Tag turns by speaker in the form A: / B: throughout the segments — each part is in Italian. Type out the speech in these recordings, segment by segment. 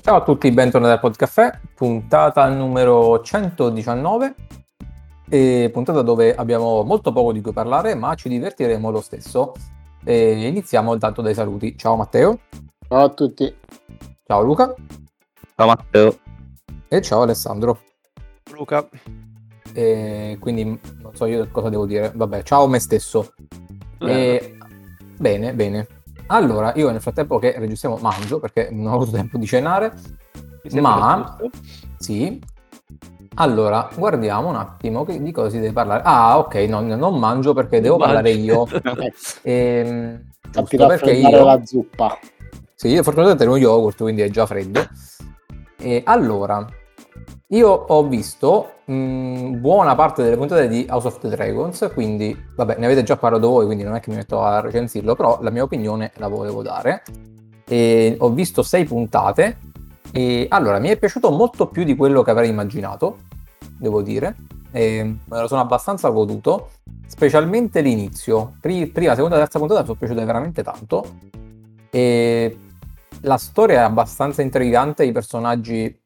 A: Ciao a tutti, bentornati al Podcaffè, puntata numero 119, puntata dove abbiamo molto poco di cui parlare, ma ci divertiremo lo stesso. Iniziamo intanto dai saluti. Ciao Matteo.
B: Ciao a tutti.
A: Ciao Luca.
C: Ciao Matteo.
A: E ciao Alessandro.
D: Luca.
A: Quindi non so io cosa devo dire. Vabbè, ciao me stesso. Bene. Allora, io nel frattempo che registriamo mangio perché non ho avuto tempo di cenare, ma sì. Allora, guardiamo un attimo di cosa si deve parlare. Ah, ok, no, non mangio perché devo parlare io.
B: Fatti raffreddare la zuppa.
A: Sì, io fortunatamente ho uno yogurt, quindi è già freddo. Allora, io ho visto buona parte delle puntate di House of the Dragons, quindi vabbè, ne avete già parlato voi, quindi non è che mi metto a recensirlo, però la mia opinione la volevo dare. Ho visto 6 puntate e allora mi è piaciuto molto più di quello che avrei immaginato, devo dire. Me lo sono abbastanza goduto, specialmente l'inizio. Prima, seconda, terza puntata mi sono piaciute veramente tanto. E la storia è abbastanza intrigante, i personaggi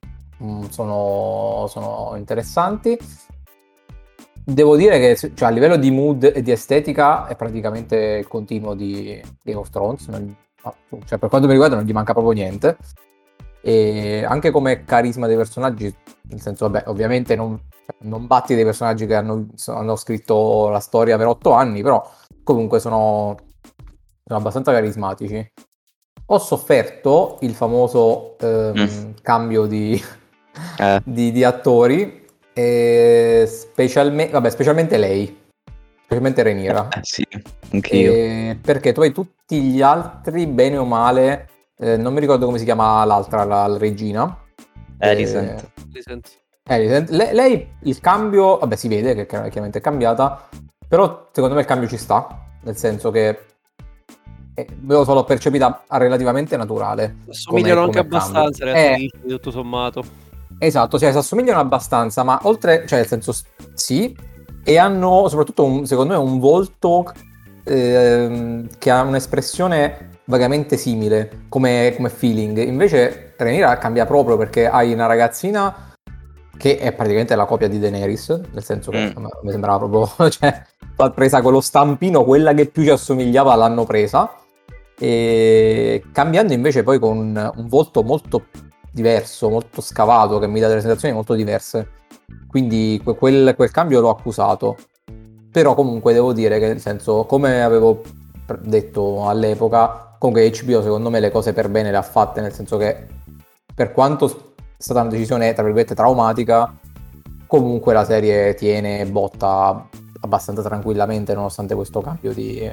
A: sono interessanti. Devo dire che cioè, a livello di mood e di estetica è praticamente il continuo di Game of Thrones, cioè, per quanto mi riguarda non gli manca proprio niente. E anche come carisma dei personaggi, nel senso, vabbè, ovviamente non batti dei personaggi che hanno scritto la storia per 8 anni, però comunque sono abbastanza carismatici. Ho sofferto il famoso cambio di attori, specialmente lei, specialmente Rhaenyra.
C: Sì, anch'io.
A: Perché tu hai tutti gli altri, bene o male, non mi ricordo come si chiama l'altra, la regina.
C: Alicent.
A: Lei il cambio, vabbè, si vede che chiaramente è cambiata, però secondo me il cambio ci sta, nel senso che l'ho solo percepita relativamente naturale.
D: Assomigliano anche abbastanza tutto sommato.
A: Esatto, cioè si assomigliano abbastanza, ma oltre, cioè nel senso sì, e hanno soprattutto secondo me un volto che ha un'espressione vagamente simile come feeling. Invece Rhaenyra cambia proprio perché hai una ragazzina che è praticamente la copia di Daenerys, nel senso che mi sembrava proprio, cioè, l'ha presa con lo stampino, quella che più ci assomigliava l'hanno presa, e cambiando invece poi con un volto molto diverso, molto scavato, che mi dà delle sensazioni molto diverse. Quindi quel cambio l'ho accusato. Però comunque devo dire che, nel senso, come avevo detto all'epoca, comunque HBO secondo me le cose per bene le ha fatte, nel senso che per quanto è stata una decisione tra virgolette traumatica, comunque la serie tiene e botta abbastanza tranquillamente nonostante questo cambio di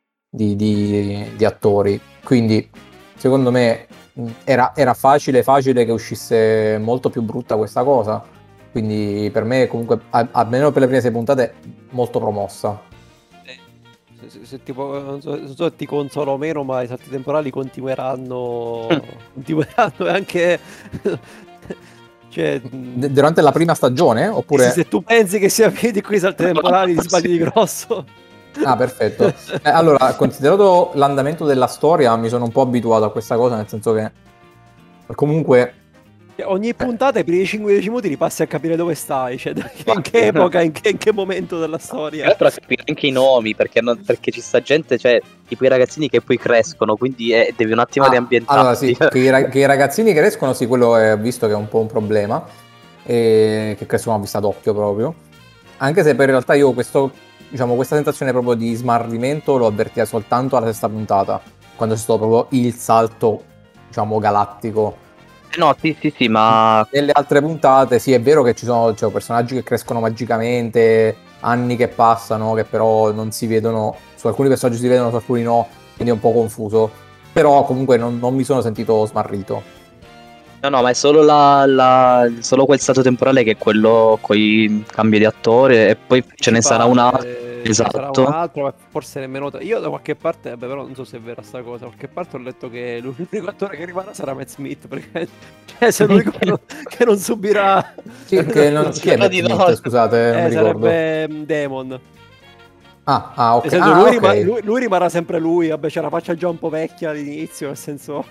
A: attori. Quindi secondo me era facile che uscisse molto più brutta questa cosa, quindi per me comunque almeno per le prime 6 puntate molto promossa.
D: Se tipo, non so se ti consolo o meno, ma i salti temporali continueranno anche cioè,
A: durante la prima stagione, oppure
D: se tu pensi che sia piedi qui i salti temporali ti sbagli di grosso.
A: Ah, perfetto. Allora, considerato l'andamento della storia, mi sono un po' abituato a questa cosa, nel senso che comunque
D: ogni puntata i primi 5-10 minuti ripassi a capire dove stai, cioè in che epoca, in che momento della storia.
C: Tra l'altro a capire anche i nomi, perché ci sta gente, cioè tipo i ragazzini che poi crescono, quindi devi un attimo riambientarti.
A: Allora sì, che i ragazzini crescono, sì, quello ho visto che è un po' un problema, che crescono a vista d'occhio proprio, anche se per in realtà io questa sensazione proprio di smarrimento l'ho avvertita soltanto alla sesta puntata, quando c'è stato proprio il salto, diciamo, galattico.
C: No, sì, ma
A: nelle altre puntate sì, è vero che ci sono personaggi che crescono magicamente, anni che passano, che però non si vedono, su alcuni personaggi si vedono, su alcuni no, quindi è un po' confuso, però comunque non mi sono sentito smarrito.
C: No, ma è solo solo quel salto temporale che è quello con i cambi di attore, e poi ce ne sarà un altro. Esatto.
D: Sarà un altro, ma forse nemmeno. Io da qualche parte, vabbè, però non so se è vera sta cosa. Da qualche parte ho letto che l'unico attore che rimarrà sarà Matt Smith. Perché se l'unico che non subirà.
A: Chi è Matt Smith? Scusate, non mi ricordo.
D: Sarebbe Damon.
A: Ah, ok.
D: Lui rimarrà sempre lui. Vabbè, c'è una faccia già un po' vecchia all'inizio, nel senso.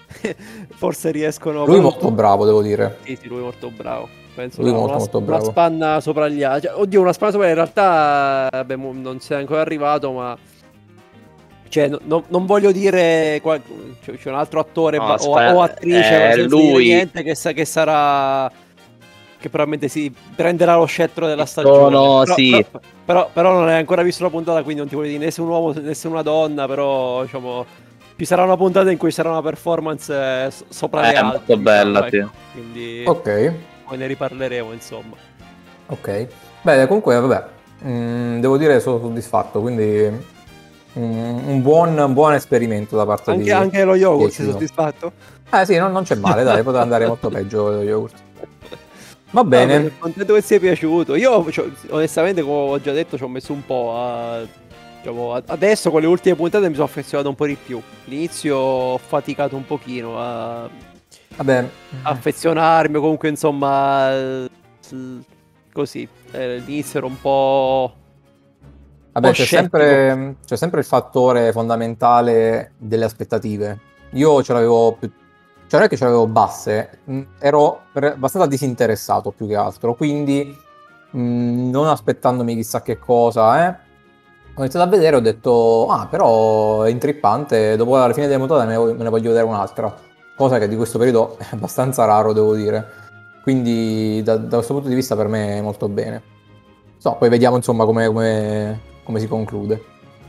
D: forse riescono.
A: Lui è molto bravo, devo dire.
D: Sì, lui è molto bravo. Penso
A: Lui
D: che
A: molto
D: una
A: bravo.
D: spanna sopra gli altri. Cioè, oddio, una spanna sopra in realtà non si è ancora arrivato, ma cioè, non voglio dire c'è un altro attore o attrice, senza
C: lui
D: dire niente, che sarà, che probabilmente si prenderà lo scettro della stagione.
C: No, sì.
D: Però non hai ancora visto la puntata, quindi non ti voglio dire né se un uomo né se una donna, però diciamo ci sarà una puntata in cui sarà una performance sopra le altre.
C: Molto bella, sì.
D: Quindi
A: Ok.
D: poi ne riparleremo, insomma.
A: Ok. Beh, comunque, vabbè, devo dire sono soddisfatto, quindi un buon esperimento da parte di
D: Anche lo yogurt sei
A: HBO.
D: soddisfatto?
A: Sì, non c'è male, dai, poteva andare molto peggio lo yogurt. Va bene.
D: Sono contento che sia piaciuto. Io, onestamente, come ho già detto, ci ho messo un po' adesso con le ultime puntate mi sono affezionato un po' di più. All'inizio ho faticato un pochino a affezionarmi, comunque insomma così. L'inizio era un po'...
A: Vabbè, c'è sempre il fattore fondamentale delle aspettative. Io ce l'avevo più... Cioè non è che ce l'avevo basse, ero abbastanza disinteressato più che altro, quindi non aspettandomi chissà che cosa, ho iniziato a vedere e ho detto, però è intrippante, dopo la fine delle puntate me ne voglio vedere un'altra, cosa che di questo periodo è abbastanza raro, devo dire. Quindi da questo punto di vista per me è molto bene. Poi vediamo insomma come si conclude.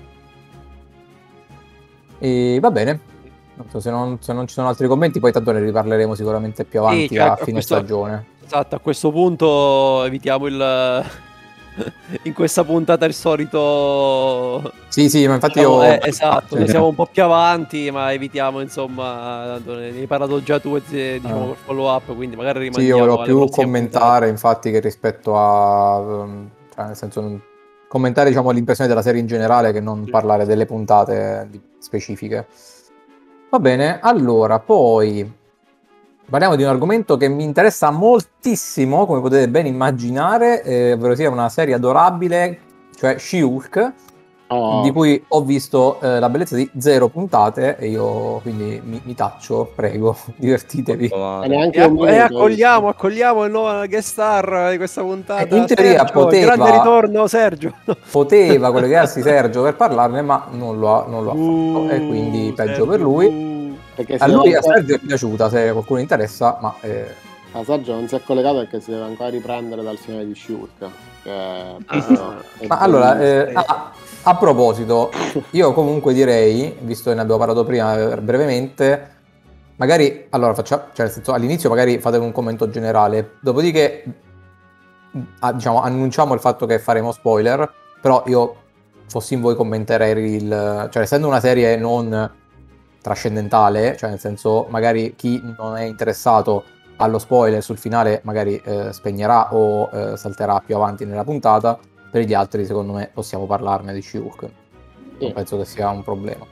A: E va bene. Non so, se non ci sono altri commenti, poi tanto ne riparleremo sicuramente più avanti a fine stagione.
D: Esatto, a questo punto evitiamo in questa puntata il solito...
A: Sì, ma infatti
D: esatto, noi siamo un po' più avanti, ma evitiamo, insomma, ne hai parlato già tu, diciamo, col follow up, quindi magari rimandiamo.
A: Sì, io volevo più commentare, infatti, che rispetto a... cioè, nel senso, commentare, diciamo, l'impressione della serie in generale, che non parlare delle puntate specifiche. Va bene, allora, poi parliamo di un argomento che mi interessa moltissimo, come potete ben immaginare, ovvero sia una serie adorabile, cioè She-Hulk, di cui ho visto la bellezza di 0 puntate e io quindi mi taccio, prego, divertitevi.
D: E accogliamo il nuovo guest star di questa puntata.
A: In teoria
D: Sergio, grande ritorno, Sergio.
A: Poteva collegarsi Sergio per parlarne, ma non lo ha fatto, e quindi peggio
D: Sergio,
A: per lui. A Sergio è piaciuta, se qualcuno interessa, ma...
B: A Sergio non si è collegato perché si deve ancora riprendere dal finale di She-Hulk.
A: Ma allora, a proposito, io comunque direi, visto che ne abbiamo parlato prima brevemente, magari, allora facciamo, cioè nel senso, all'inizio magari fate un commento generale, dopodiché diciamo, annunciamo il fatto che faremo spoiler, però io, fossi in voi, commenterei cioè essendo una serie non trascendentale, cioè nel senso magari chi non è interessato allo spoiler sul finale magari spegnerà o salterà più avanti nella puntata. Per gli altri secondo me possiamo parlarne di She-Hulk, non penso che sia un problema.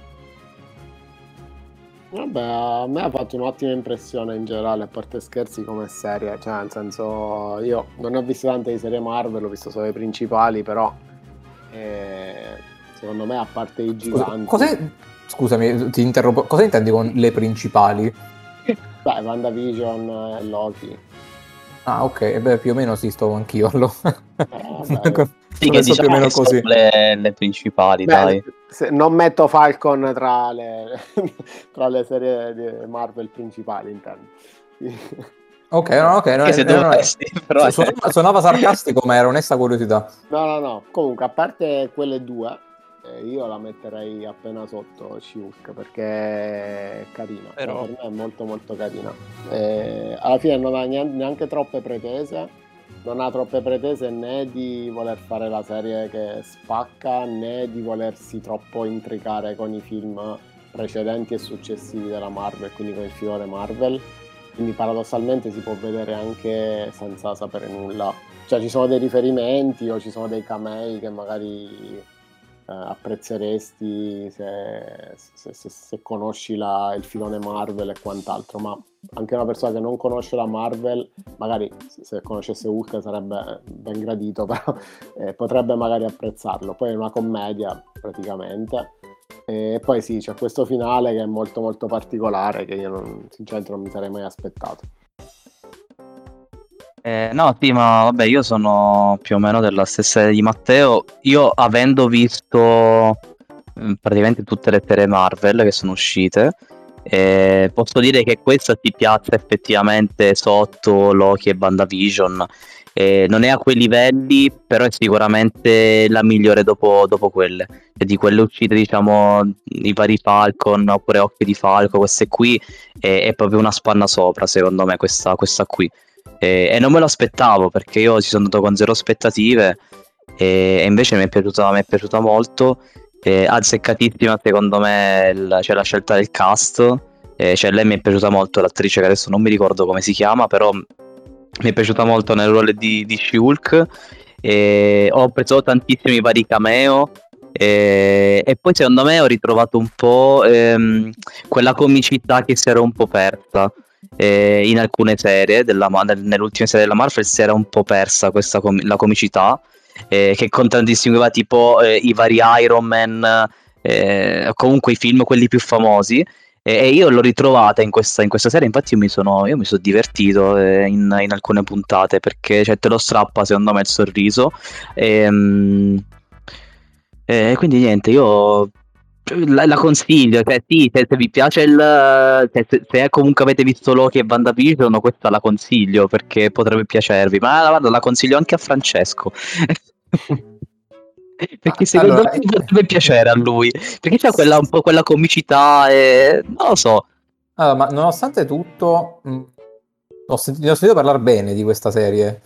B: Vabbè, a me ha fatto un'ottima impressione in generale, a parte scherzi, come serie, cioè nel senso, io non ho visto tante di serie Marvel, ho visto solo le principali, però secondo me, a parte i giganti...
A: Scusami, ti interrompo, cosa intendi con le principali?
B: Beh, WandaVision e Loki.
A: Ah, ok, beh, più o meno sì, sto anch'io.
C: Sì, che diciamo più o meno così. Le principali, dai.
B: Non metto Falcon tra le serie di Marvel principali, intendo.
A: Suonava sarcastico, ma era onesta curiosità.
B: No, comunque, a parte quelle due, io la metterei appena sotto She-Hulk, perché è carina, però... per me è molto molto carina. Alla fine non ha neanche troppe pretese, non ha troppe pretese né di voler fare la serie che spacca, né di volersi troppo intricare con i film precedenti e successivi della Marvel, quindi con il filone Marvel, quindi paradossalmente si può vedere anche senza sapere nulla, cioè ci sono dei riferimenti o ci sono dei camei che magari apprezzeresti se conosci il filone Marvel e quant'altro, ma anche una persona che non conosce la Marvel, magari se conoscesse Hulk sarebbe ben gradito, però potrebbe magari apprezzarlo. Poi è una commedia praticamente, E poi sì, c'è questo finale che è molto molto particolare, che io sinceramente non mi sarei mai aspettato.
C: No, sì, ma vabbè, io sono più o meno della stessa idea di Matteo. Io avendo visto praticamente tutte le serie Marvel che sono uscite, posso dire che questa si piazza effettivamente sotto Loki e WandaVision. Non è a quei livelli, però è sicuramente la migliore dopo quelle. E di quelle uscite, diciamo, i vari Falcon oppure Occhi di Falco, queste qui è proprio una spanna sopra, secondo me, questa qui. E non me lo aspettavo perché io ci sono andato con zero aspettative e invece mi è piaciuta molto. Azzeccatissima secondo me cioè, la scelta del cast. Cioè, lei mi è piaciuta molto, l'attrice che adesso non mi ricordo come si chiama, però mi è piaciuta molto nel ruolo di She-Hulk. Ho apprezzato tantissimo i vari cameo. E poi secondo me ho ritrovato un po' quella comicità che si era un po' persa in alcune serie nell'ultima serie della Marvel si era un po' persa la comicità che contraddistingueva tipo i vari Iron Man, comunque i film quelli più famosi, e io l'ho ritrovata in questa serie. Infatti io mi sono divertito in alcune puntate perché cioè, te lo strappa secondo me il sorriso. Quindi niente, io la consiglio, cioè sì, se vi piace se comunque avete visto Loki e WandaVision, questa la consiglio perché potrebbe piacervi, ma guarda, la consiglio anche a Francesco. Perché secondo
A: Allora,
C: me potrebbe piacere a lui, perché c'è un po' quella comicità e non lo so.
A: allora, ma nonostante tutto, ho sentito parlare bene di questa serie,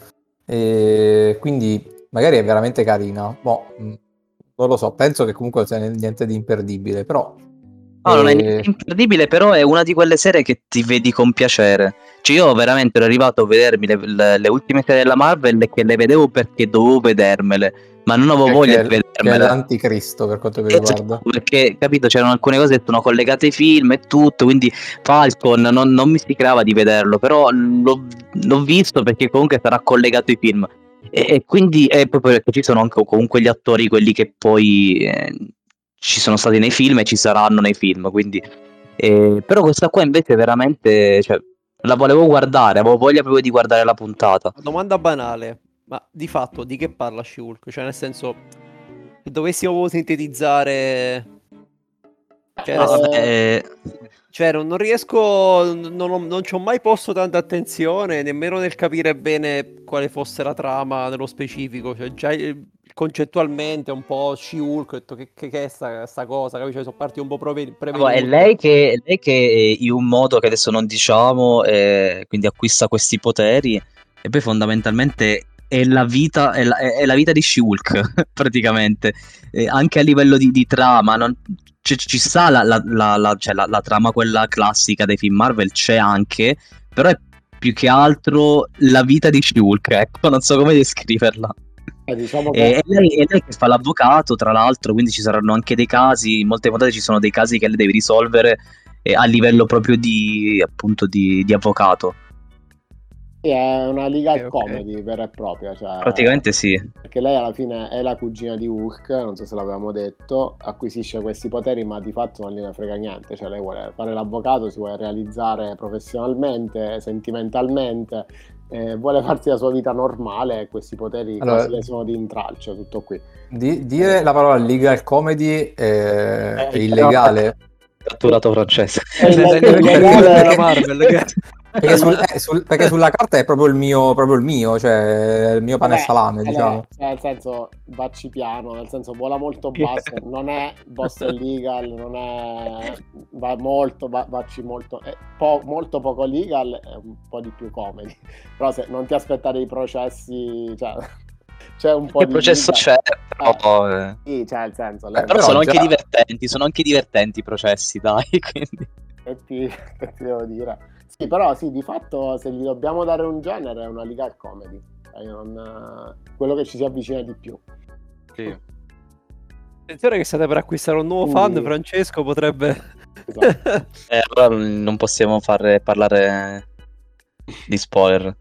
A: e quindi magari è veramente carina. Boh, non lo so, penso che comunque sia niente di imperdibile, però...
C: No, non è niente imperdibile, però è una di quelle serie che ti vedi con piacere. Cioè, io veramente ero arrivato a vedermi le ultime serie della Marvel che le vedevo perché dovevo vedermele, ma non avevo voglia di
A: che è
C: vedermele.
A: l'anticristo per quanto mi
C: Esatto,
A: riguarda.
C: perché capito, c'erano alcune cose che sono collegate ai film e tutto, quindi Falcon non mi si creava di vederlo, però l'ho visto perché comunque sarà collegato ai film. E quindi è proprio perché ci sono anche comunque gli attori, quelli che poi ci sono stati nei film e ci saranno nei film, quindi però questa qua invece veramente, cioè, la volevo guardare, avevo voglia proprio di guardare la puntata.
D: Domanda banale, ma di fatto di che parla She-Hulk? Cioè, nel senso, se dovessimo sintetizzare... Cioè,
C: No, vabbè,
D: cioè, non riesco, non ci ho mai posto tanta attenzione, nemmeno nel capire bene quale fosse la trama nello specifico. Cioè, già concettualmente un po' She-Hulk, ho detto che è sta cosa, capisci? Cioè, sono parti un po'
C: è
D: prevenuti.
C: lei che in un modo che adesso non diciamo, quindi acquista questi poteri e poi fondamentalmente è la vita, è la vita di She-Hulk praticamente. Anche a livello di trama ci sta cioè la trama quella classica dei film Marvel, c'è anche, però è più che altro la vita di She-Hulk, ecco, non so come descriverla.
B: Diciamo che
C: È lei che fa l'avvocato, tra l'altro, quindi ci saranno anche dei casi, in molte puntate ci sono dei casi che lei deve risolvere a livello proprio appunto di avvocato.
B: sì, è una legal
D: Ok.
B: comedy vera e propria, cioè,
C: Praticamente sì.
B: perché lei alla fine è la cugina di Hulk, non so se l'avevamo detto, acquisisce questi poteri ma di fatto non gliene frega niente, cioè lei vuole fare l'avvocato, si vuole realizzare professionalmente, sentimentalmente, vuole farsi la sua vita normale e questi poteri
A: Allora,
B: quasi le sono di intralcio, tutto qui.
A: dire la parola legal comedy è illegale.
C: Catturato Francesco.
B: È
D: Sei
B: illegale.
D: della Marvel, che...
A: Perché sulla carta è proprio il mio, cioè il mio pane e salame, diciamo.
B: Cioè, nel senso, vacci piano, nel senso, vola molto basso, non è boss illegal, non è... va molto, vacci molto... è molto poco legal e un po' di più comedy. Però se non ti aspettare i processi, cioè... C'è un po'
C: Il
B: di
C: processo
B: legal.
C: c'è, però...
B: Sì, cioè, nel senso...
C: Però sono anche divertenti i processi, dai, quindi...
B: che ti devo dire? Sì, però sì, di fatto se gli dobbiamo dare un genere è una legal comedy. Cioè, quello che ci si avvicina di più.
C: Sì.
D: Attenzione che state per acquistare un nuovo fan, Francesco potrebbe...
B: Esatto.
C: Allora non possiamo fare parlare di spoiler.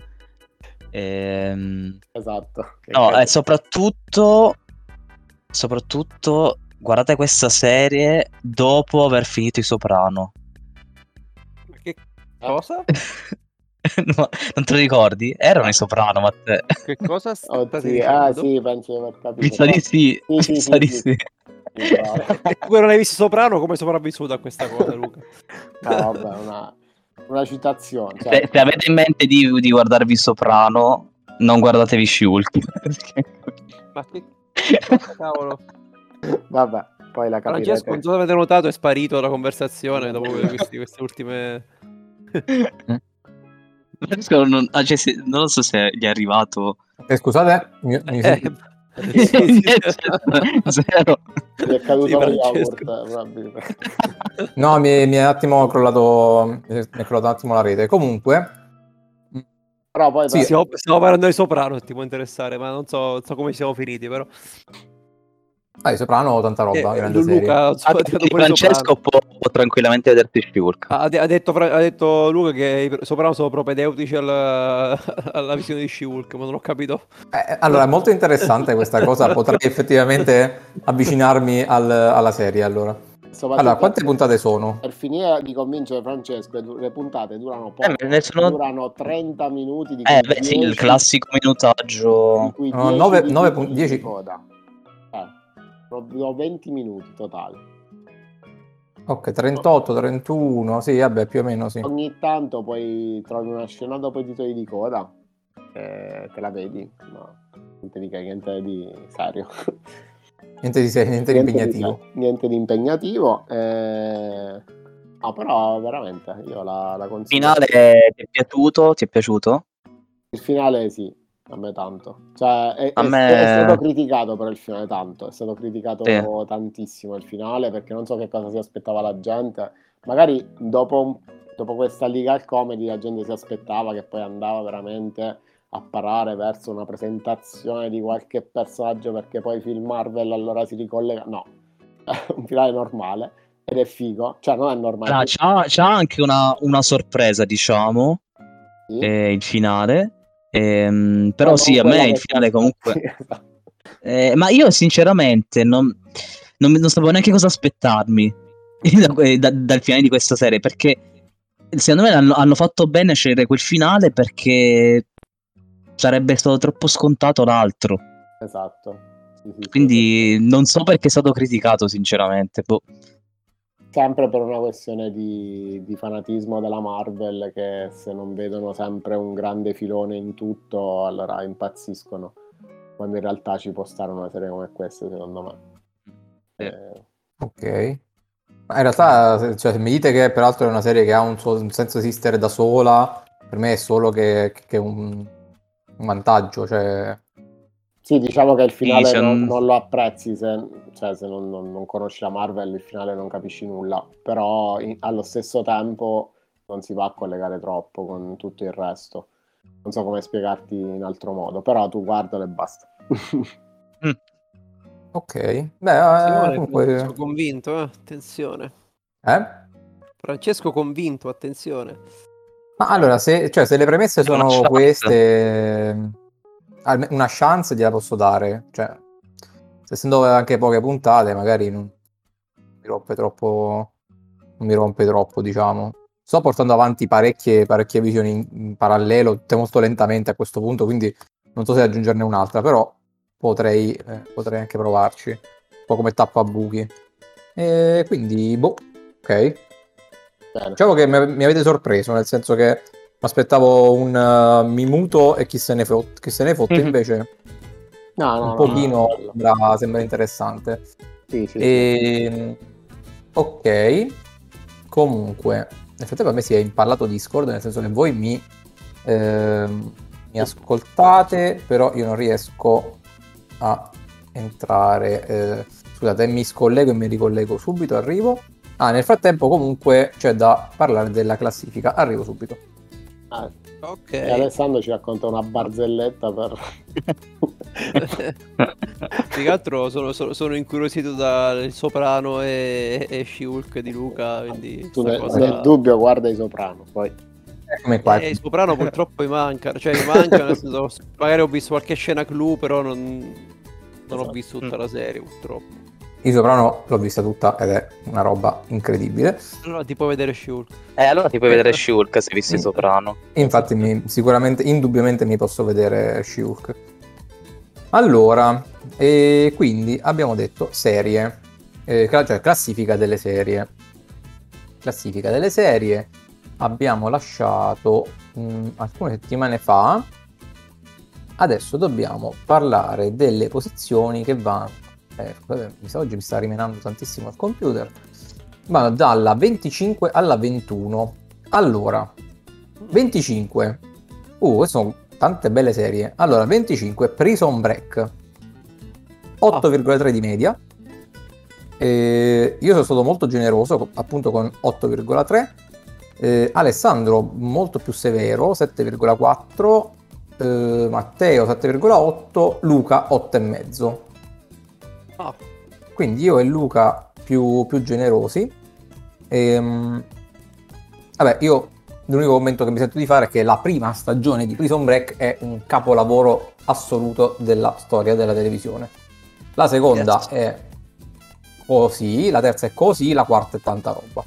B: Esatto.
C: No, soprattutto guardate questa serie dopo aver finito I Soprano.
D: Che cosa?
C: No, non te lo ricordi? Erano I Soprano, Matteo.
D: Che cosa state
B: Oddio,
D: dicendo?
B: sì, penso di aver capito.
C: Mi sa di sì.
B: Sì,
C: Mi sa di
B: sì.
C: sì.
B: Sì, bravo.
D: E tu che non hai visto Soprano, come è sopravvissuto a questa cosa, Luca?
B: No, vabbè, una citazione.
C: Se avete in mente di guardarvi Soprano, non guardatevi She-Hulk.
D: Ma che cosa, cavolo?
B: Vabbè, poi la
D: Francesco,
B: capirete.
D: non so se avete notato, è sparito dalla conversazione dopo queste ultime...
C: Francesco non lo so se gli è arrivato.
A: Scusate,
C: Zero.
B: Mi è caduto
D: Sì,
B: lo
D: Francesco.
B: yogurt, probabilmente.
A: No, mi è un attimo crollato un attimo la rete. Comunque,
B: Però poi
A: sì,
D: Stiamo parlando di Soprano, se ti può interessare, ma non so come siamo finiti, però.
A: Soprano, tanta roba, grande serie.
D: Luca, ha tirato fuori
C: Francesco
D: Soprano.
C: può tranquillamente vedersi She-Hulk.
D: Ha detto Luca che i Soprano sono propedeutici alla visione di She-Hulk, ma non ho capito.
A: Allora, è molto interessante questa cosa. Potrei effettivamente avvicinarmi alla serie, allora. Allora, quante puntate sono?
B: Per finire di convincere Francesco, le puntate durano poco. Durano 30 minuti di
C: beh, sì, il classico minutaggio.
B: di cui 10 di coda. Proprio 20 minuti totali.
A: Ok, 38, 31, sì, vabbè, più o meno sì.
B: Ogni tanto poi trovi una scena dopo i titoli di coda e te la vedi, ma niente di serio.
A: Niente di serio, niente di impegnativo.
B: Niente di impegnativo. No, però veramente io la consiglio.
C: Il finale ti è piaciuto?
B: Il finale sì, a me tanto. Cioè, è stato criticato per il finale tanto. È stato criticato tantissimo il finale, perché non so che cosa si aspettava la gente. Magari dopo questa legal comedy la gente si aspettava che poi andava veramente a parare verso una presentazione di qualche personaggio, perché poi film Marvel allora si ricollega. No, è un finale normale ed è figo. Cioè non è normale.
C: C'ha anche una sorpresa, diciamo,
B: Sì.
C: Il finale. Però sì, a me il finale comunque... ma io sinceramente non sapevo neanche cosa aspettarmi dal finale di questa serie, perché secondo me hanno fatto bene a scegliere quel finale, perché sarebbe stato troppo scontato l'altro.
B: Esatto. Sì,
C: quindi non so perché è stato criticato, sinceramente.
B: Sempre per una questione di fanatismo della Marvel, che se non vedono sempre un grande filone in tutto, allora impazziscono, quando in realtà ci può stare una serie come questa, secondo me.
A: Ok. Ma in realtà, cioè, se mi dite che peraltro è una serie che ha un senso di esistere da sola, per me è solo che è un vantaggio, cioè...
B: Sì, diciamo che il finale non lo apprezzi se non conosci la Marvel, il finale non capisci nulla, però allo stesso tempo non si va a collegare troppo con tutto il resto. Non so come spiegarti in altro modo, però tu guardalo e basta.
A: Ok, beh, comunque...
D: Francesco convinto, attenzione. Francesco convinto, attenzione.
A: Ma allora, se le premesse sono queste, una chance gliela posso dare. Cioè, essendo anche poche puntate, magari non mi rompe troppo, diciamo. Sto portando avanti parecchie visioni in parallelo, tutte molto lentamente a questo punto, quindi non so se aggiungerne un'altra, però potrei anche provarci, un po' come tappabuchi. E quindi, ok. Diciamo che mi avete sorpreso, nel senso che mi aspettavo un minuto e chi se ne fotte, invece un pochino sembra interessante.
B: Sì.
A: Ok, comunque nel frattempo a me si è impallato Discord, nel senso che voi mi ascoltate, però io non riesco a entrare. Scusate, mi scollego e mi ricollego subito, arrivo. Nel frattempo comunque c'è da parlare della classifica, arrivo subito.
D: Ok.
B: E Alessandro ci racconta una barzelletta per...
D: Più che altro sono incuriosito dal Soprano e She-Hulk di Luca, quindi
B: tu nel dubbio guarda i Soprano, poi
A: come qua.
D: I Soprano purtroppo mi mancano, nel senso, magari ho visto qualche scena clou, però non ho visto tutta la serie, purtroppo.
A: Il Soprano l'ho vista tutta ed è una roba incredibile.
D: Allora ti puoi vedere She-Hulk.
C: Allora ti puoi vedere She-Hulk se hai visto il Soprano.
A: Infatti sicuramente, indubbiamente mi posso vedere She-Hulk. Allora, e quindi abbiamo detto serie, cioè classifica delle serie. Classifica delle serie abbiamo lasciato alcune settimane fa. Adesso dobbiamo parlare delle posizioni che vanno. Oggi mi sta rimenando tantissimo il computer. Vanno dalla 25 alla 21. Allora, 25. Queste sono tante belle serie. Allora, 25, Prison Break. 8,3 di media. Io sono stato molto generoso, appunto con 8,3. Alessandro molto più severo, 7,4. Matteo 7,8. Luca 8,5. Quindi io e Luca più generosi. Vabbè, io l'unico commento che mi sento di fare è che la prima stagione di Prison Break è un capolavoro assoluto della storia della televisione. La seconda è così, la terza è così, la quarta è tanta roba.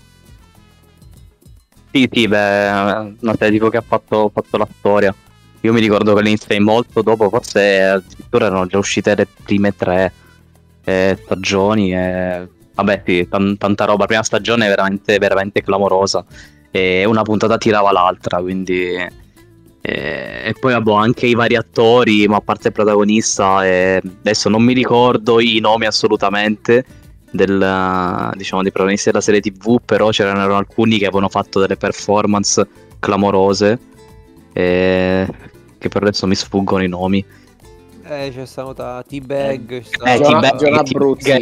C: Sì, beh, una serie tipo che ha fatto la storia. Io mi ricordo che l'iniziai molto dopo, forse addirittura erano già uscite le prime 3 stagioni. Vabbè, sì, tanta roba. La prima stagione è veramente, veramente clamorosa. E una puntata tirava l'altra, quindi. E poi anche i vari attori, ma a parte il protagonista, adesso non mi ricordo i nomi assolutamente diciamo dei protagonisti della serie TV, però c'erano alcuni che avevano fatto delle performance clamorose, che per adesso mi sfuggono i nomi.
D: C'è stata T-Bag,
B: Giona Abruzzi,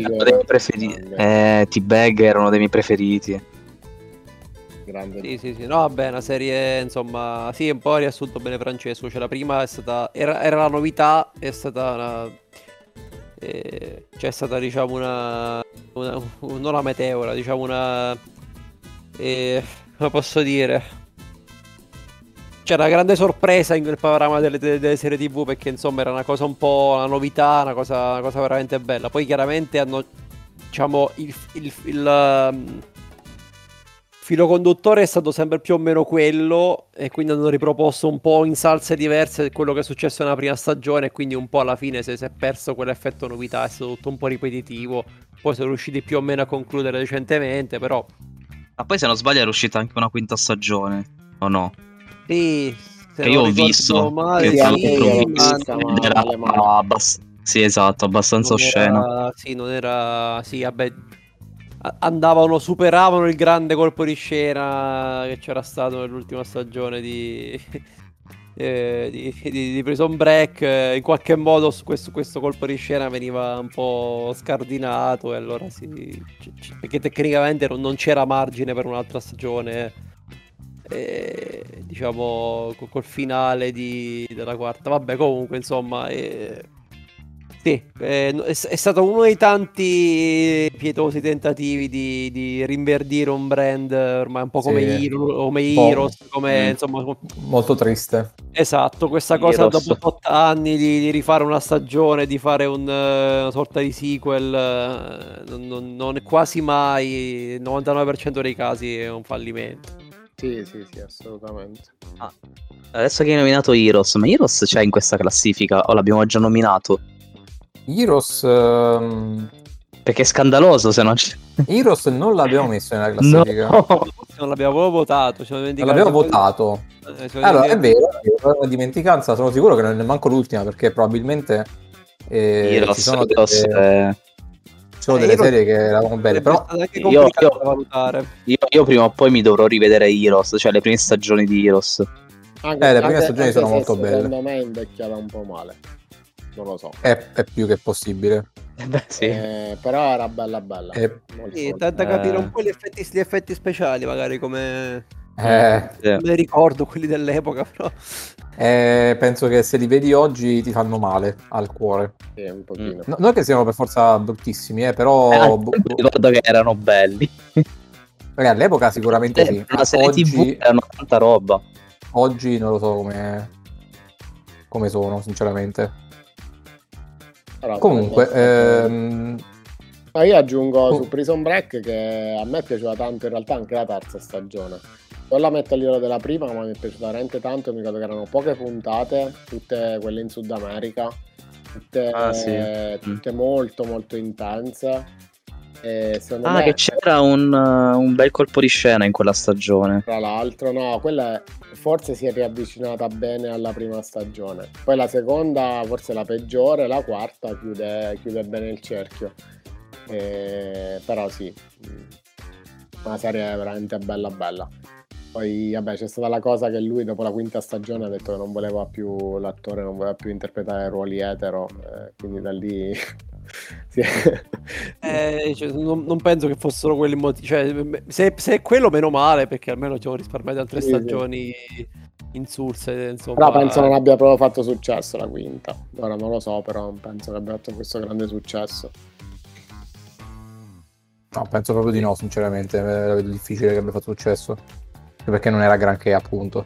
C: T-Bag era uno dei miei preferiti.
B: Grande.
D: Sì, no, vabbè, una serie, insomma, sì, un po' riassunto bene Francesco, cioè la prima è stata, era la novità, è stata c'è stata, diciamo, non una meteora, diciamo come posso dire, c'è una grande sorpresa in quel panorama delle serie TV, perché insomma era una cosa un po' una novità, una cosa veramente bella. Poi chiaramente hanno, diciamo, il filo conduttore è stato sempre più o meno quello, e quindi hanno riproposto un po' in salse diverse quello che è successo nella prima stagione, e quindi un po' alla fine si è perso quell'effetto novità, è stato tutto un po' ripetitivo. Poi sono riusciti più o meno a concludere recentemente, però.
C: Ma poi se non sbaglio era uscita anche una quinta stagione, o no?
D: Sì,
C: che io ho visto,
D: male,
C: che
B: sì, anche io l'ho
C: visto,
B: vista,
C: era
B: male.
C: sì, esatto, abbastanza osceno.
D: Sì, non era. Sì, vabbè. Superavano il grande colpo di scena che c'era stato nell'ultima stagione di Prison Break. In qualche modo questo colpo di scena veniva un po' scardinato, e allora sì, perché tecnicamente non c'era margine per un'altra stagione. Diciamo col finale della quarta. Vabbè, comunque, insomma, sì, è stato uno dei tanti pietosi tentativi di rinverdire un brand ormai un po' come Heroes, come insomma.
A: Molto triste.
D: Esatto, questa cosa dopo 8 anni di rifare una stagione, di fare una sorta di sequel, non è quasi mai, il 99% dei casi è un fallimento.
B: Sì, assolutamente.
C: Adesso che hai nominato Heroes, ma Heroes c'è in questa classifica o l'abbiamo già nominato?
A: Heroes
C: perché è scandaloso se non c'è.
A: Heroes non l'abbiamo messo nella classifica.
D: No, non l'abbiamo proprio votato,
A: non l'abbiamo votato. Allora è vero, una dimenticanza, sono sicuro che non è manco l'ultima, perché probabilmente
C: Heroes,
A: ci sono delle serie che erano belle, però
C: io prima o poi mi dovrò rivedere Heroes, cioè le prime stagioni di Heroes.
A: Le prime stagioni sono molto belle.
B: Secondo me è invecchiata un po' male. Non lo so.
A: È più che possibile.
C: Sì.
B: Però era bella.
D: Tenta capire un po' gli effetti speciali, magari come ricordo quelli dell'epoca, però.
A: Penso che se li vedi oggi ti fanno male al cuore.
B: Un pochino.
A: Non è che siano per forza bruttissimi, però
C: ricordo che erano belli.
A: All'epoca sicuramente sì.
C: La serie TV erano tanta roba.
A: Oggi non lo so come sono, sinceramente. Comunque,
B: Ma io aggiungo su Prison Break che a me piaceva tanto in realtà anche la terza stagione. Non la metto a livello della prima, ma mi è piaciuta veramente tanto. Mi ricordo che erano poche puntate, tutte quelle in Sud America, tutte molto molto intense. E secondo me,
C: che c'era un bel colpo di scena in quella stagione.
B: tra l'altro, no, quella forse si è riavvicinata bene alla prima stagione. Poi la seconda forse è la peggiore, la quarta chiude bene il cerchio. Però sì, una serie veramente bella bella. Poi vabbè, c'è stata la cosa che lui dopo la quinta stagione ha detto che non voleva più, l'attore non voleva più interpretare ruoli etero, quindi da lì
D: cioè, non penso che fossero quelli motivi, cioè, se è quello meno male, perché almeno ci ho risparmiato altre stagioni insulse, insomma.
B: Però penso non abbia proprio fatto successo la quinta, ora non lo so, però penso che abbia fatto questo grande successo.
A: No, penso proprio di no, sinceramente, è difficile che abbia fatto successo, perché non era granché, appunto.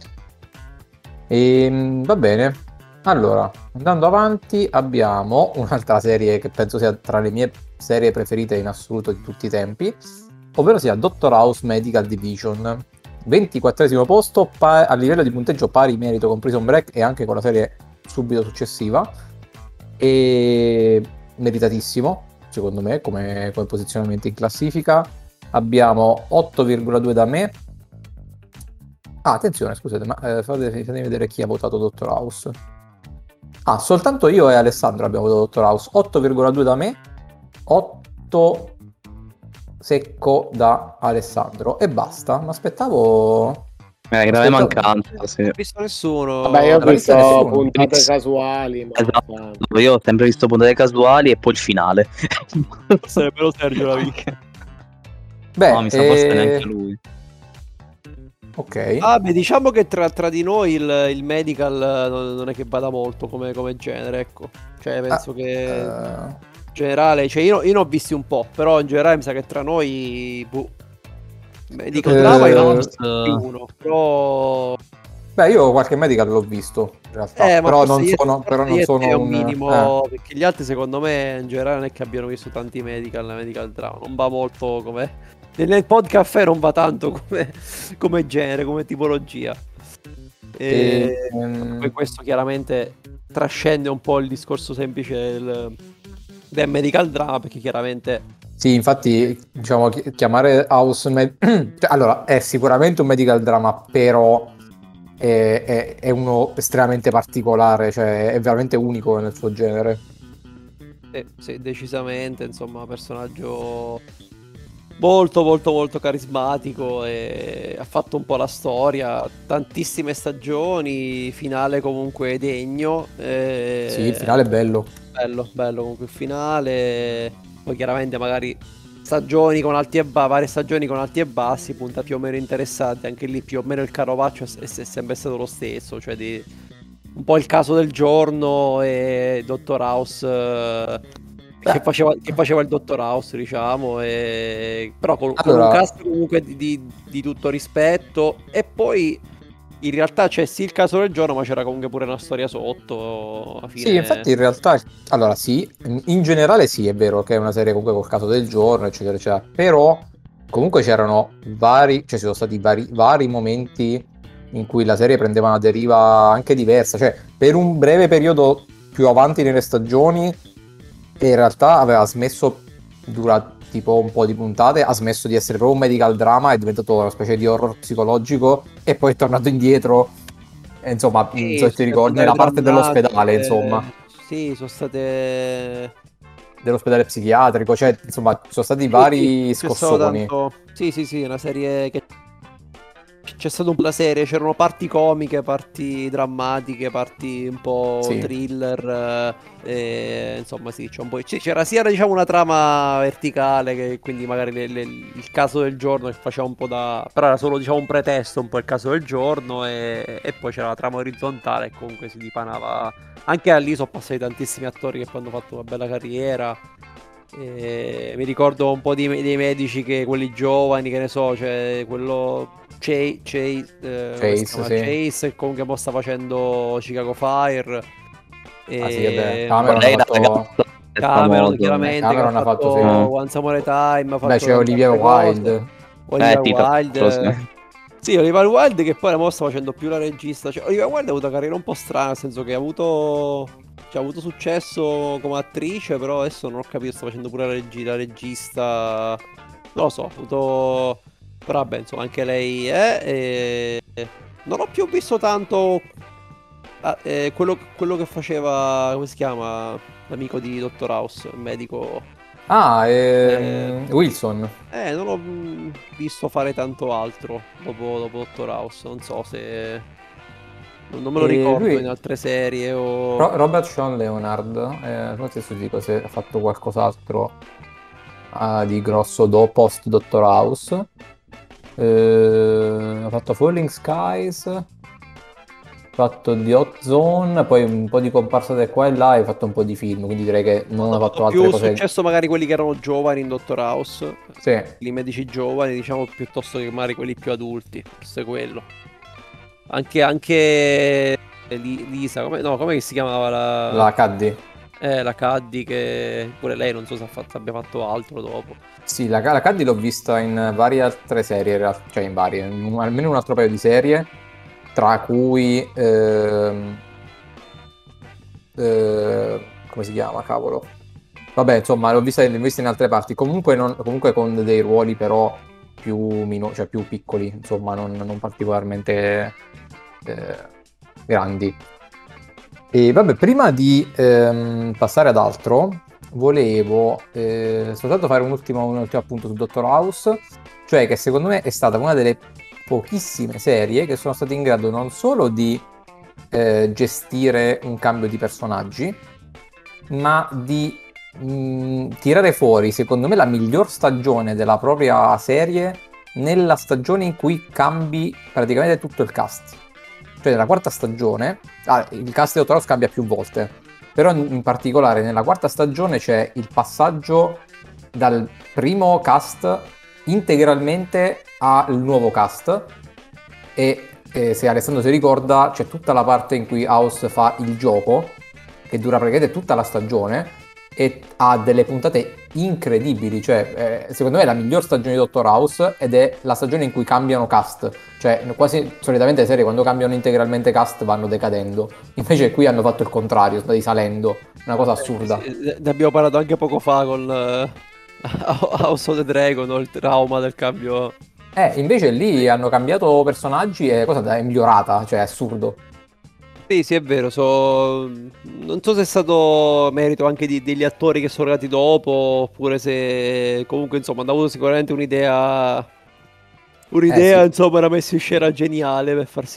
A: Va bene, allora, andando avanti abbiamo un'altra serie che penso sia tra le mie serie preferite in assoluto di tutti i tempi, ovvero sia Dr. House Medical Division, 24esimo posto a livello di punteggio pari merito con Prison Break e anche con la serie subito successiva, e meritatissimo secondo me come posizionamento in classifica. Abbiamo 8,2 da me. Attenzione, scusate, ma fatemi vedere chi ha votato Dr. House. Soltanto io e Alessandro abbiamo votato Dr. House. 8,2 da me, 8 secco da Alessandro e basta. Mi aspettavo...
C: grave mancanza, sì.
D: Non ho visto nessuno.
B: Vabbè, io ho visto puntate casuali, ma
C: esatto. Io ho sempre visto puntate casuali e poi il finale.
D: Sarebbero Sergio la vita.
A: Beh,
C: no, mi sa forse neanche lui.
A: Ok.
D: Diciamo che tra di noi il medical non è che vada molto come genere, ecco. Cioè, penso che in generale, cioè io ne ho visti un po', però in generale mi sa che tra noi medical drama uno, però...
A: Beh, io qualche medical l'ho visto, in realtà, però non sono
D: un minimo, perché gli altri secondo me in generale non è che abbiano visto tanti medical drama, non va molto come... Nel podcast non va tanto come genere, come tipologia. Poi questo chiaramente trascende un po' il discorso semplice del medical drama, perché chiaramente...
A: Sì, infatti, diciamo, chiamare House... allora, è sicuramente un medical drama, però è uno estremamente particolare, cioè è veramente unico nel suo genere.
D: Sì, decisamente, insomma, personaggio... molto molto molto carismatico, e ha fatto un po' la storia, tantissime stagioni, finale comunque degno,
A: sì, il finale è bello
D: comunque il finale. Poi chiaramente magari varie stagioni con alti e bassi, punta più o meno interessante, anche lì più o meno il carovaccio è sempre stato lo stesso, cioè un po' il caso del giorno e Dr. House che faceva il Dottor House, diciamo, però con un cast comunque di tutto rispetto. E poi in realtà c'è sì il caso del giorno, ma c'era comunque pure una storia sotto alla fine.
A: Sì, infatti in realtà, allora sì, in generale sì, è vero che è una serie comunque col caso del giorno, eccetera eccetera, però comunque c'erano ci sono stati vari momenti in cui la serie prendeva una deriva anche diversa, cioè per un breve periodo più avanti nelle stagioni in realtà aveva smesso, dura tipo un po' di puntate, ha smesso di essere proprio un medical drama, è diventato una specie di horror psicologico e poi è tornato indietro, insomma, se ti ricordi, nella parte dell'ospedale, insomma.
D: Sì, sono state...
A: dell'ospedale psichiatrico, cioè, insomma, sono stati vari scossoni.
D: Sì, una serie che... C'è stata la serie, c'erano parti comiche, parti drammatiche, parti un po' thriller, insomma sì, c'era sia diciamo una trama verticale, che quindi magari il caso del giorno che faceva un po' però era solo diciamo un pretesto, un po' il caso del giorno, e poi c'era la trama orizzontale che comunque si dipanava. Anche lì sono passati tantissimi attori che poi hanno fatto una bella carriera. Mi ricordo un po' dei medici, che quelli giovani, che ne so, cioè quello Chase, che comunque mo sta facendo Chicago Fire,
A: sì, vabbè.
D: Cameron chiaramente,
A: Cameron
D: che
A: ha fatto
D: Once Upon a Time, ha fatto
A: c'è Olivia Wilde.
D: Sì, Olivia Wilde che poi sta facendo più la regista. Cioè, Olivia Wilde ha avuto una carriera un po' strana, nel senso che ha avuto successo come attrice, però adesso non ho capito, sta facendo pure la regista. Non lo so, ha avuto... Però vabbè, insomma, anche lei è... Non ho più visto tanto quello che faceva, come si chiama, l'amico di Dottor House, il medico.
A: Wilson.
D: Non ho visto fare tanto altro dopo Dottor House, non so se... Non me lo ricordo in altre serie o...
A: Robert Sean Leonard, non so se dico se ha fatto qualcos'altro di grosso post Dottor House. Ha fatto Falling Skies, ha fatto The Hot Zone, poi un po' di comparsate qua e là, e ha fatto un po' di film, quindi direi che non ha fatto altre cose.
D: Più successo magari quelli che erano giovani in Dottor House,
A: sì.
D: I medici giovani, diciamo, piuttosto che magari quelli più adulti, questo è quello. Anche Lisa, come si chiamava
A: la Caddy?
D: La Caddy, che pure lei non so se abbia fatto altro dopo.
A: Sì, la Caddy l'ho vista in varie altre serie, cioè in varie, almeno un altro paio di serie, tra cui come si chiama, cavolo? Vabbè, insomma, l'ho vista in altre parti, comunque con dei ruoli però più piccoli, insomma, non particolarmente grandi. E vabbè, prima di passare ad altro, volevo soltanto fare un ultimo appunto su Dottor House, cioè che secondo me è stata una delle pochissime serie che sono state in grado non solo di gestire un cambio di personaggi, ma di tirare fuori, secondo me, la miglior stagione della propria serie nella stagione in cui cambi praticamente tutto il cast. Cioè nella quarta stagione, il cast di Dottor House cambia più volte, però in particolare nella quarta stagione c'è il passaggio dal primo cast integralmente al nuovo cast, e se Alessandro si ricorda c'è tutta la parte in cui House fa il gioco, che dura praticamente tutta la stagione e ha delle puntate incredibili, cioè secondo me è la miglior stagione di Dottor House, ed è la stagione in cui cambiano cast, cioè quasi solitamente le serie quando cambiano integralmente cast vanno decadendo, invece qui hanno fatto il contrario, sono stati salendo, una cosa assurda.
D: Ne abbiamo parlato anche poco fa con House of the Dragon, il trauma del cambio.
A: Invece lì hanno cambiato personaggi e cosa è migliorata, cioè è assurdo.
D: Sì, è vero, non so se è stato merito anche degli attori che sono arrivati dopo, oppure se comunque insomma hanno avuto sicuramente un'idea, sì. Insomma, era messa in scena geniale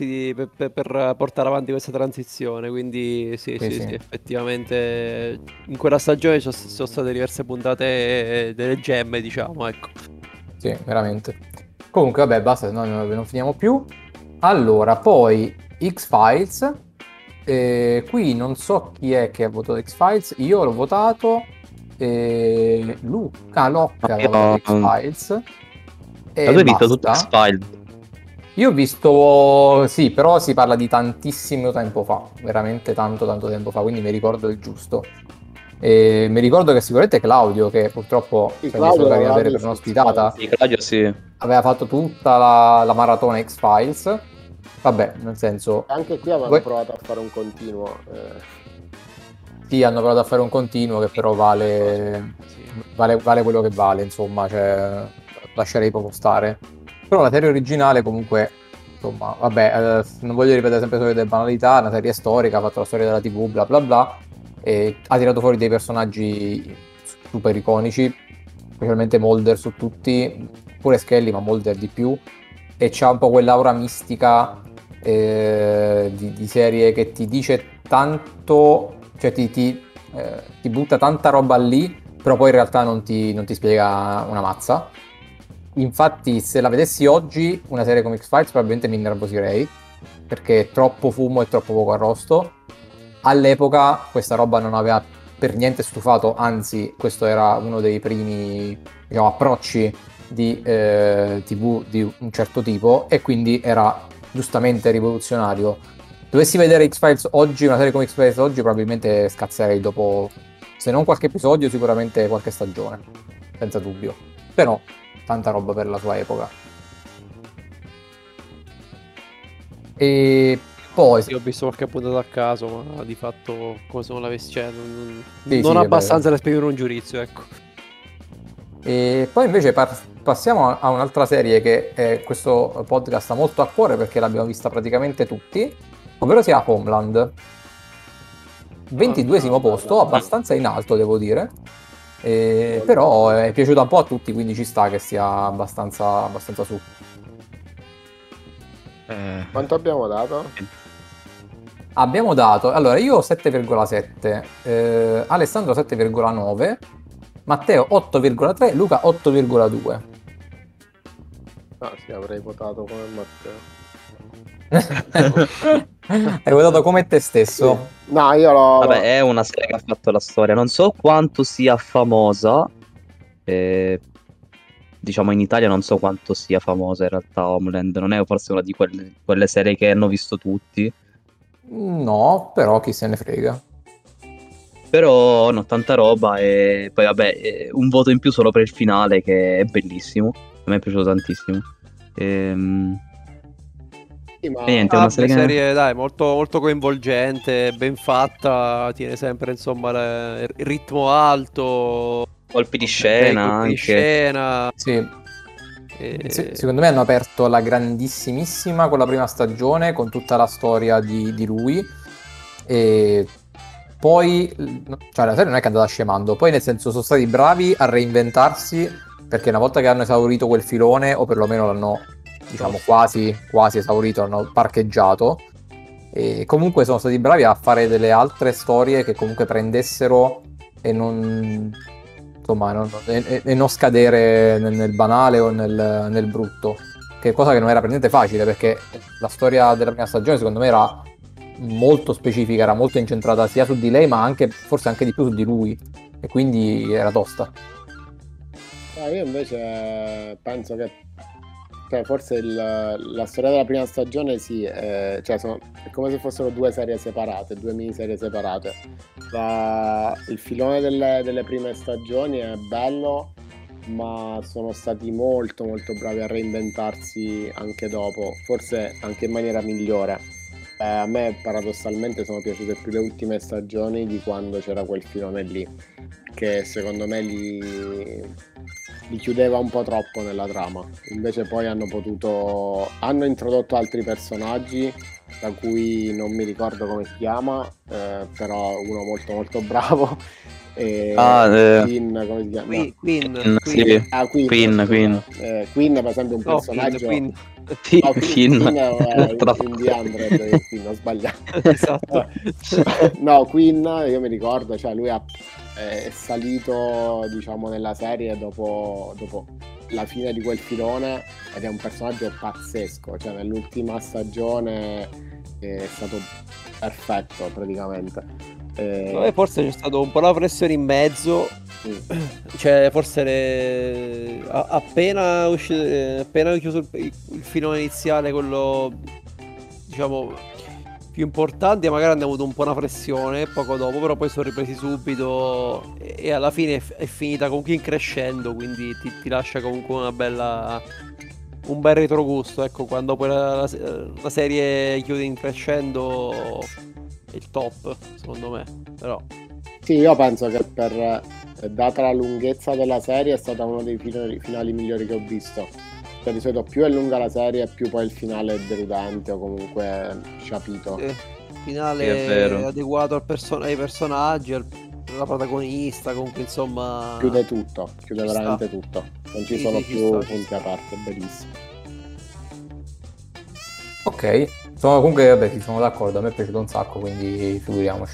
D: per portare avanti questa transizione, quindi sì, effettivamente in quella stagione ci sono state diverse puntate delle gemme, diciamo, ecco.
A: Sì, veramente. Comunque vabbè, basta, non finiamo più. Allora, poi X-Files. Qui non so chi è che ha votato X-Files, io l'ho votato, Locca ha votato X-Files.
C: Tu hai visto tutto X-Files?
A: Io ho visto, sì, però si parla di tantissimo tempo fa, veramente tanto tempo fa, quindi mi ricordo il giusto. Mi ricordo che sicuramente Claudio, che purtroppo è stato carino avere per un'ospitata,
C: Claudio sì,
A: aveva fatto tutta la maratona X-Files. Vabbè, nel senso...
B: Anche qui avevano provato a fare un continuo.
A: Sì, hanno provato a fare un continuo che però vale quello che vale, insomma, cioè lascerei poco stare. Però la serie originale comunque, insomma, vabbè, non voglio ripetere sempre solite banalità, una serie storica, ha fatto la storia della TV, bla bla bla, e ha tirato fuori dei personaggi super iconici, specialmente Mulder su tutti, pure Scully, ma Mulder di più, e c'ha un po' quell'aura mistica di serie che ti dice tanto, cioè ti butta tanta roba lì, però poi in realtà non ti spiega una mazza. Infatti se la vedessi oggi una serie come X-Files probabilmente mi innervosirei, perché è troppo fumo e troppo poco arrosto. All'epoca questa roba non aveva per niente stufato, anzi questo era uno dei primi, diciamo, approcci di TV di un certo tipo, e quindi era giustamente rivoluzionario. Dovessi vedere X-Files oggi, una serie come X-Files oggi, probabilmente scazzerei dopo se non qualche episodio, sicuramente qualche stagione, senza dubbio. Però tanta roba per la sua epoca. E poi
D: Io ho visto qualche puntata a caso, ma di fatto come se non l'avessi, cioè, non
A: sì,
D: abbastanza da esprimere un giudizio, ecco.
A: E poi invece passiamo a un'altra serie che questo podcast ha molto a cuore perché l'abbiamo vista praticamente tutti, ovvero sia Homeland. 22esimo posto, abbastanza in alto devo dire, però è piaciuta un po' a tutti, quindi ci sta che sia abbastanza su.
B: Quanto abbiamo dato?
A: Abbiamo dato, allora io 7,7, Alessandro 7,9, Matteo 8,3, Luca 8,2.
B: Ah sì, avrei votato come Matteo.
A: Hai votato come te stesso?
B: Sì. No, io l'ho...
C: Vabbè, è una serie che ha fatto la storia. Non so quanto sia famosa. Diciamo in Italia non so quanto sia famosa in realtà Homeland. Non è forse una di quelle serie che hanno visto tutti.
A: No, però chi se ne frega.
C: Però hanno tanta roba e poi vabbè, un voto in più solo per il finale che è bellissimo. A me è piaciuto tantissimo.
B: Sì, ma...
C: E niente, è una
D: serie dai, molto, molto coinvolgente, ben fatta, tiene sempre insomma il ritmo alto,
C: colpi di scena
D: colpi di
C: anche.
D: scena.
A: Sì. Secondo me hanno aperto la grandissimissima con la prima stagione, con tutta la storia di lui, e poi cioè la serie non è che è andata scemando, poi nel senso sono stati bravi a reinventarsi, perché una volta che hanno esaurito quel filone, o perlomeno l'hanno diciamo quasi esaurito, hanno parcheggiato, e comunque sono stati bravi a fare delle altre storie che comunque prendessero e non insomma e non scadere nel banale o nel brutto, che è cosa che non era per niente facile, perché la storia della prima stagione secondo me era molto specifica, era molto incentrata sia su di lei ma anche forse anche di più su di lui, e quindi era tosta.
B: Io invece penso che forse la storia della prima stagione sì, cioè è come se fossero due serie separate, due miniserie separate. Il filone delle prime stagioni è bello, ma sono stati molto molto bravi a reinventarsi anche dopo, forse anche in maniera migliore. A me paradossalmente sono piaciute più le ultime stagioni di quando c'era quel filone lì, che secondo me li chiudeva un po' troppo nella trama. Invece poi hanno introdotto altri personaggi, da cui non mi ricordo come si chiama, però uno molto molto bravo. Queen, come si chiama?
D: Queen.
C: Sì. Queen.
B: Queen per esempio un personaggio...
C: Queen
B: è Queen, ho sbagliato.
D: Esatto.
B: No, Queen, io mi ricordo, cioè lui è salito diciamo nella serie dopo la fine di quel filone, ed è un personaggio pazzesco, cioè nell'ultima stagione è stato perfetto praticamente.
D: Forse c'è stato un po' la pressione in mezzo, cioè forse appena chiuso il filone iniziale, quello diciamo più importante, magari hanno avuto un po' una pressione poco dopo, però poi sono ripresi subito e alla fine è finita comunque in crescendo, quindi ti lascia comunque un bel retrogusto, ecco, quando poi la serie chiude in crescendo è il top, secondo me. Però
B: sì, io penso che data la lunghezza della serie è stata uno dei finali migliori che ho visto. Cioè, di solito più è lunga la serie, più poi il finale è deludente o comunque sciapito.
D: Finale adeguato ai personaggi, alla protagonista, comunque insomma
B: chiude veramente tutto, non ci sono più punti aperti, è bellissimo.
A: Ok, comunque vabbè, sono d'accordo, a me è piaciuto un sacco, quindi figuriamoci.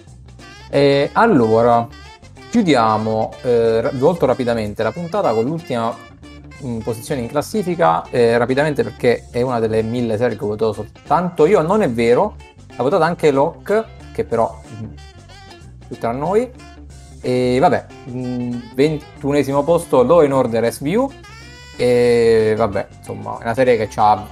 A: Allora chiudiamo molto rapidamente la puntata con l'ultima posizione in classifica, rapidamente, perché è una delle 1000 serie che ho votato soltanto io. Non è vero, ha votato anche Locke, che però più tra noi. E vabbè, 21esimo posto Law and Order SVU, e vabbè, insomma è una serie che ha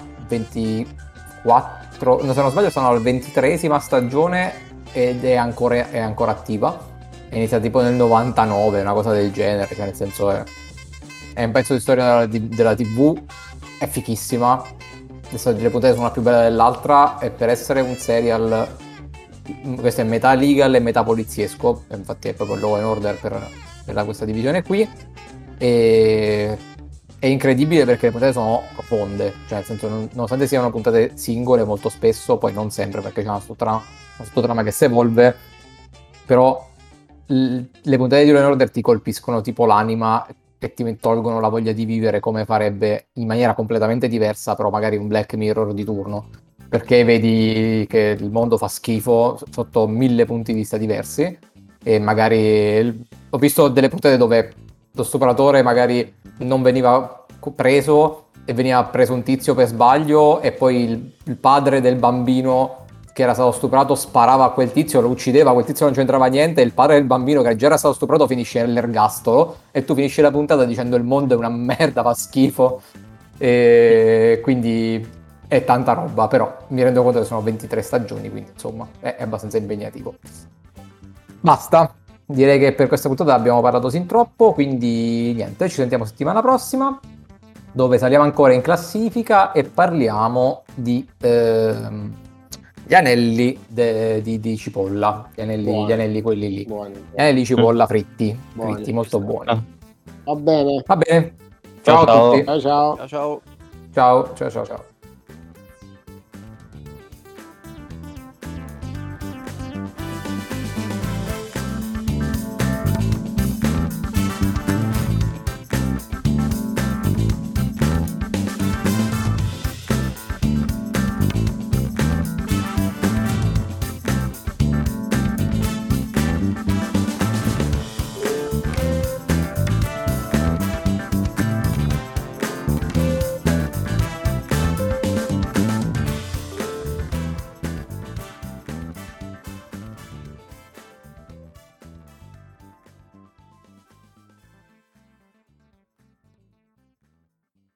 A: 24, se non sbaglio sono alla 23esima stagione ed è ancora attiva, è iniziata tipo nel 99, una cosa del genere, cioè nel senso è un pezzo di storia della TV, è fichissima, adesso le puntate sono una più bella dell'altra, e per essere un serial, questo è metà legal e metà poliziesco, infatti è proprio Law and Order per questa divisione qui, e è incredibile perché le puntate sono profonde, cioè nel senso nonostante siano puntate singole molto spesso, poi non sempre perché c'è una sottotrama che si evolve, però le puntate di Law and Order ti colpiscono tipo l'anima e ti tolgono la voglia di vivere come farebbe in maniera completamente diversa, però magari un Black Mirror di turno, perché vedi che il mondo fa schifo sotto 1000 punti di vista diversi, e magari ho visto delle puntate dove lo stupratore magari non veniva preso e veniva preso un tizio per sbaglio, e poi il padre del bambino che era stato stuprato sparava a quel tizio, lo uccideva, quel tizio non c'entrava niente, e il padre del bambino che già era stato stuprato finisce nell'ergastolo, e tu finisci la puntata dicendo il mondo è una merda, fa schifo, e quindi è tanta roba, però mi rendo conto che sono 23 stagioni, quindi insomma è abbastanza impegnativo. Basta, direi che per questa puntata abbiamo parlato sin troppo, quindi niente, ci sentiamo settimana prossima, dove saliamo ancora in classifica e parliamo di gli anelli di cipolla, gli anelli quelli lì,
B: Buoni.
A: gli anelli di cipolla fritti,
B: Buoni.
A: molto buoni.
B: Va bene.
A: Ciao a tutti.
B: Ciao.
D: Ciao.
A: Ciao.